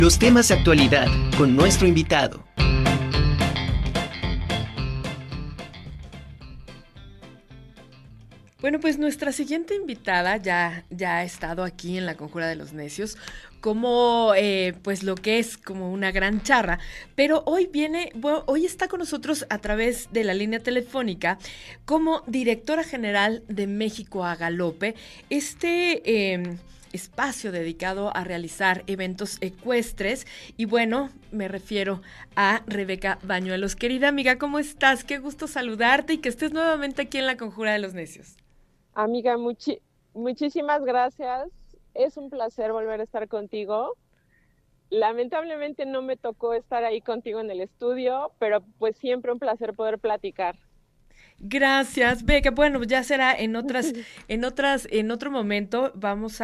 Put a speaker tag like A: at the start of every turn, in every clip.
A: Los temas de actualidad con nuestro invitado.
B: Bueno, pues nuestra siguiente invitada ya ha estado aquí en la Conjura de los Necios como pues lo que es como una gran charra, pero hoy está con nosotros a través de la línea telefónica como directora general de México a Galope, espacio dedicado a realizar eventos ecuestres. Y bueno, me refiero a Rebeca Bañuelos. Querida amiga, ¿cómo estás? Qué gusto saludarte y que estés nuevamente aquí en la Conjura de los Necios.
C: Amiga, muchísimas gracias. Es un placer volver a estar contigo. Lamentablemente no me tocó estar ahí contigo en el estudio, pero pues siempre un placer poder platicar.
B: Gracias, Beca. Bueno, ya será en otro momento.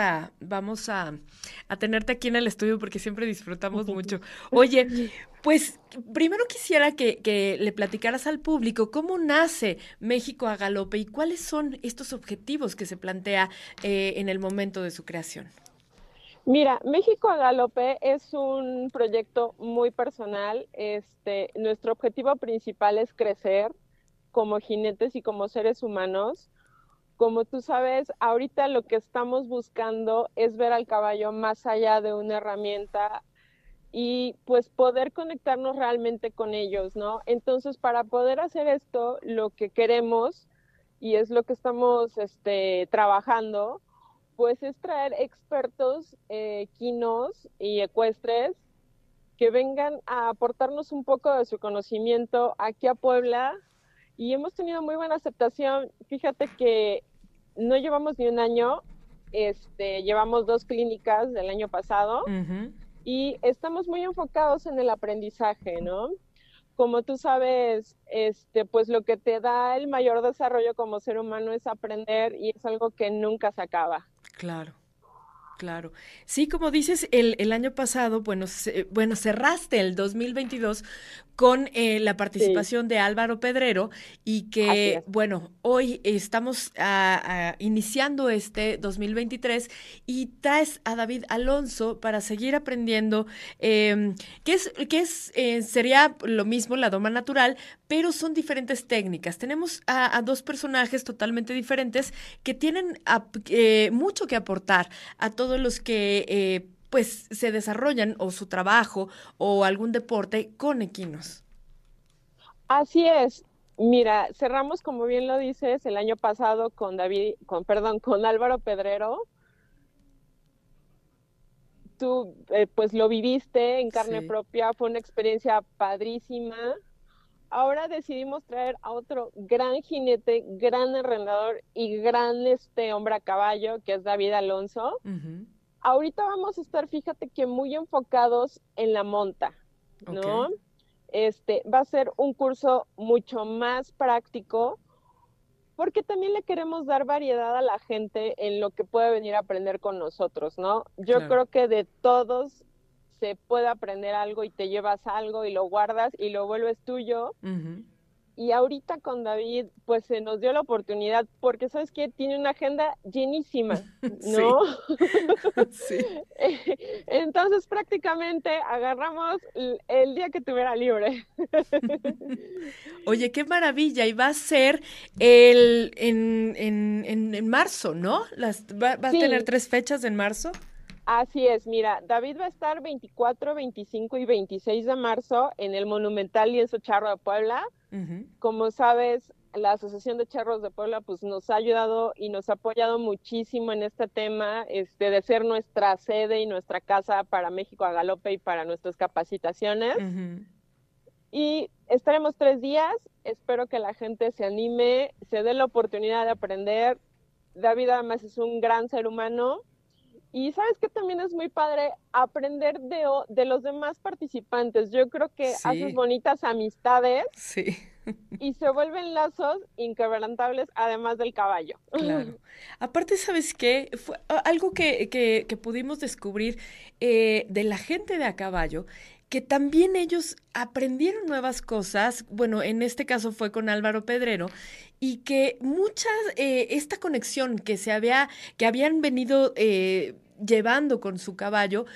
B: A tenerte aquí en el estudio porque siempre disfrutamos mucho. Oye, pues primero quisiera que le platicaras al público cómo nace México a Galope y cuáles son estos objetivos que se plantea en el momento de su creación.
C: Mira, México a Galope es un proyecto muy personal. Nuestro objetivo principal es crecer como jinetes y como seres humanos. Como tú sabes, ahorita lo que estamos buscando es ver al caballo más allá de una herramienta y pues poder conectarnos realmente con ellos, ¿no? Entonces, para poder hacer esto, lo que queremos y es lo que estamos trabajando, pues es traer expertos quinos y ecuestres que vengan a aportarnos un poco de su conocimiento aquí a Puebla y hemos tenido muy buena aceptación. Fíjate que no llevamos ni un año, llevamos 2 clínicas del año pasado
B: Ujú.
C: y estamos muy enfocados en el aprendizaje, ¿no? Como tú sabes, pues lo que te da el mayor desarrollo como ser humano es aprender y es algo que nunca se acaba.
B: Claro. Claro. Sí, como dices, el año pasado, bueno, cerraste el 2022 con la
C: Sí,
B: participación de Álvaro Pedrero y
C: así
B: que,
C: es.
B: bueno, hoy estamos iniciando este 2023 y traes a David Alonso para seguir aprendiendo, sería lo mismo la doma natural, pero son diferentes técnicas. Tenemos a dos personajes totalmente diferentes que tienen mucho que aportar a todos los que pues se desarrollan o su trabajo o algún deporte con equinos.
C: Así es. Mira, cerramos, como bien lo dices, el año pasado con Álvaro Pedrero. Tú, pues lo viviste en carne
B: Sí,
C: propia, fue una experiencia padrísima. Ahora decidimos traer a otro gran jinete, gran arrendador y gran hombre a caballo, que es David Alonso.
B: ujú,
C: Ahorita vamos a estar, fíjate que muy enfocados en la monta,
B: ok,
C: ¿no? Va a ser un curso mucho más práctico porque también le queremos dar variedad a la gente en lo que puede venir a aprender con nosotros, ¿no? Yo
B: claro.
C: creo que de todos se puede aprender algo y te llevas algo y lo guardas y lo vuelves tuyo.
B: Ujú.
C: Y ahorita con David, pues se nos dio la oportunidad, porque sabes que tiene una agenda llenísima, ¿no?
B: Sí, sí.
C: Entonces prácticamente agarramos el día que tuviera libre.
B: Oye, qué maravilla. Y va a ser en marzo, ¿no? Va a tener
C: Sí,
B: 3 fechas en marzo.
C: así es. Mira, David va a estar 24, 25 y 26 de marzo en el Monumental Lienzo Charro de Puebla.
B: Ujú,
C: Como sabes, la Asociación de Charros de Puebla pues nos ha ayudado y nos ha apoyado muchísimo en este tema, de ser nuestra sede y nuestra casa para México a Galope y para nuestras capacitaciones.
B: ujú.
C: Y estaremos 3 días. Espero que la gente se anime, se dé la oportunidad de aprender. David además es un gran ser humano. Y sabes que también es muy padre aprender de los demás participantes. Yo creo que haces
B: Sí,
C: bonitas amistades
B: sí.
C: y se vuelven lazos inquebrantables además del caballo.
B: Claro. Aparte, ¿sabes qué? Fue algo que pudimos descubrir de la gente de a caballo, que también ellos aprendieron nuevas cosas, bueno, en este caso fue con Álvaro Pedrero, y que esta conexión que habían venido llevando con su caballo,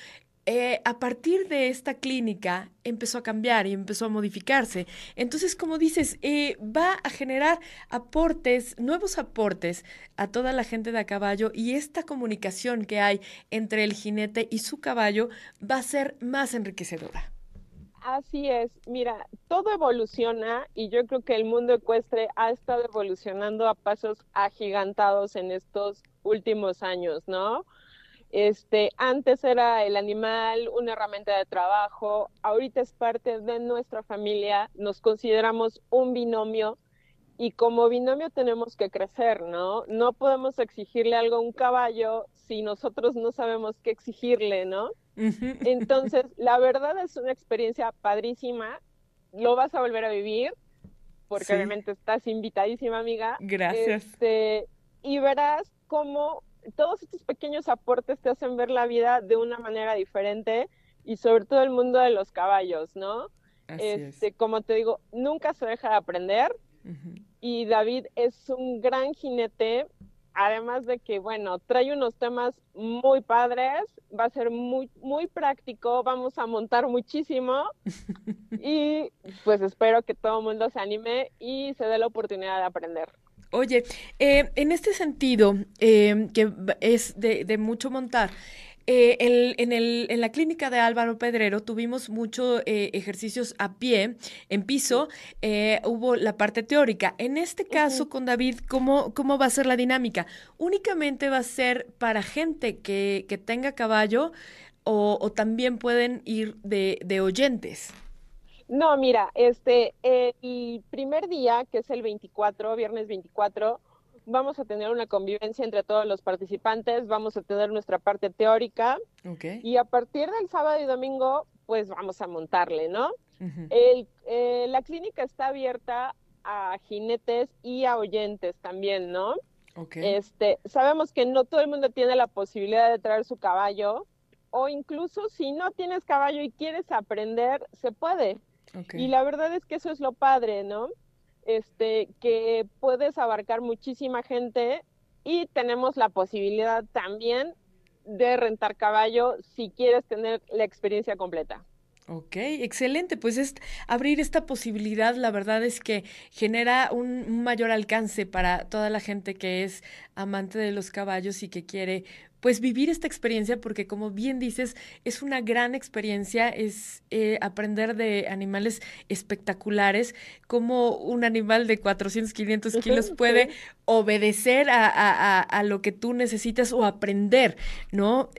B: a partir de esta clínica empezó a cambiar y empezó a modificarse. Entonces, como dices, va a generar aportes, nuevos aportes a toda la gente de a caballo, y esta comunicación que hay entre el jinete y su caballo va a ser más enriquecedora.
C: Así es, mira, todo evoluciona y yo creo que el mundo ecuestre ha estado evolucionando a pasos agigantados en estos últimos años, ¿no? Antes era el animal una herramienta de trabajo, ahorita es parte de nuestra familia, nos consideramos un binomio y como binomio tenemos que crecer, ¿no? No podemos exigirle algo a un caballo si nosotros no sabemos qué exigirle, ¿no? Entonces, la verdad es una experiencia padrísima, lo vas a volver a vivir, porque
B: Sí,
C: obviamente estás invitadísima, amiga,
B: gracias.
C: y verás cómo todos estos pequeños aportes te hacen ver la vida de una manera diferente y sobre todo el mundo de los caballos, ¿no?
B: Así es.
C: Como te digo, nunca se deja de aprender
B: Ujú.
C: y David es un gran jinete, además de que, bueno, trae unos temas muy padres, va a ser muy, muy práctico, vamos a montar muchísimo y pues espero que todo el mundo se anime y se dé la oportunidad de aprender.
B: Oye, en este sentido, es de mucho montar, en la clínica de Álvaro Pedrero tuvimos muchos ejercicios a pie, en piso, hubo la parte teórica. En este caso,
C: Ujú.
B: con David, ¿cómo va a ser la dinámica? ¿Únicamente va a ser para gente que tenga caballo o también pueden ir de oyentes?
C: No, mira, el primer día, que es el 24, viernes 24, vamos a tener una convivencia entre todos los participantes, vamos a tener nuestra parte teórica
B: Ok.
C: y a partir del sábado y domingo, pues vamos a montarle, ¿no?
B: Ujú.
C: La clínica está abierta a jinetes y a oyentes también, ¿no?
B: Ok.
C: Sabemos que no todo el mundo tiene la posibilidad de traer su caballo, o incluso si no tienes caballo y quieres aprender, se puede.
B: Ok.
C: Y la verdad es que eso es lo padre, ¿no? Que puedes abarcar muchísima gente y tenemos la posibilidad también de rentar caballo si quieres tener la experiencia completa.
B: Ok, excelente. Pues es abrir esta posibilidad, la verdad es que genera un mayor alcance para toda la gente que es amante de los caballos y que quiere pues vivir esta experiencia porque como bien dices, es una gran experiencia, es aprender de animales espectaculares, como un animal de 400, 500 kilos puede
C: Sí.
B: obedecer a lo que tú necesitas o aprender, ¿no?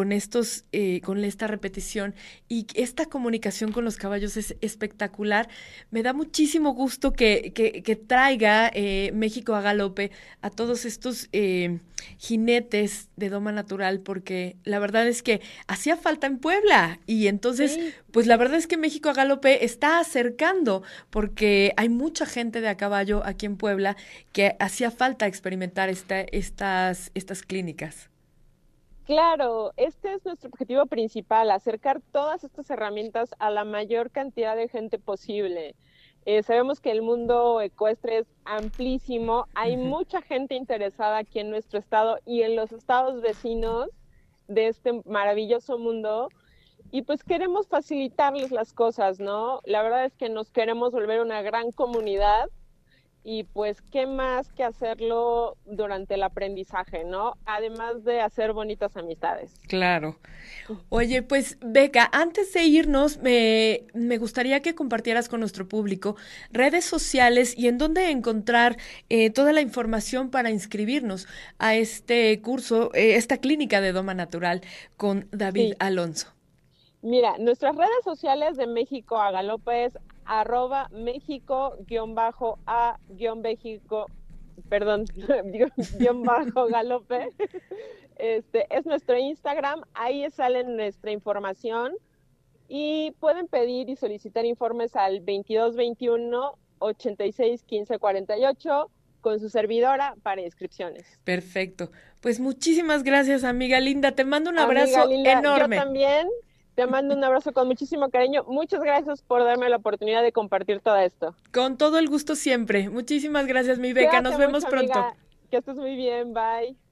B: Con esta repetición y esta comunicación con los caballos es espectacular. Me da muchísimo gusto que traiga México a galope a todos estos jinetes de doma natural, porque la verdad es que hacía falta en Puebla. Y entonces,
C: Sí,
B: pues la verdad es que México a galope está acercando, porque hay mucha gente de a caballo aquí en Puebla que hacía falta experimentar estas clínicas.
C: claro, este es nuestro objetivo principal, acercar todas estas herramientas a la mayor cantidad de gente posible. Sabemos que el mundo ecuestre es amplísimo, hay
B: Ujú.
C: mucha gente interesada aquí en nuestro estado y en los estados vecinos de este maravilloso mundo y pues queremos facilitarles las cosas, ¿no? La verdad es que nos queremos volver una gran comunidad y pues qué más que hacerlo durante el aprendizaje, ¿no? Además de hacer bonitas amistades.
B: Claro. Oye, pues Beca, antes de irnos, me gustaría que compartieras con nuestro público redes sociales y en dónde encontrar toda la información para inscribirnos a este curso, esta clínica de Doma Natural con David
C: Sí,
B: Alonso.
C: mira, nuestras redes sociales de México a Galope es arroba México-a-México, perdón, guión bajo Galope. Es nuestro Instagram, ahí sale nuestra información y pueden pedir y solicitar informes al 2221 86 15 48 con su servidora para inscripciones.
B: Perfecto. Pues muchísimas gracias, amiga linda. Te mando un
C: Amiga
B: abrazo
C: Linda, yo
B: enorme.
C: también te mando un abrazo con muchísimo cariño. Muchas gracias por darme la oportunidad de compartir todo esto.
B: Con todo el gusto siempre. Muchísimas gracias, mi Beca. Nos
C: Cuídate
B: vemos
C: mucho,
B: pronto.
C: amiga. Que estés muy bien. Bye.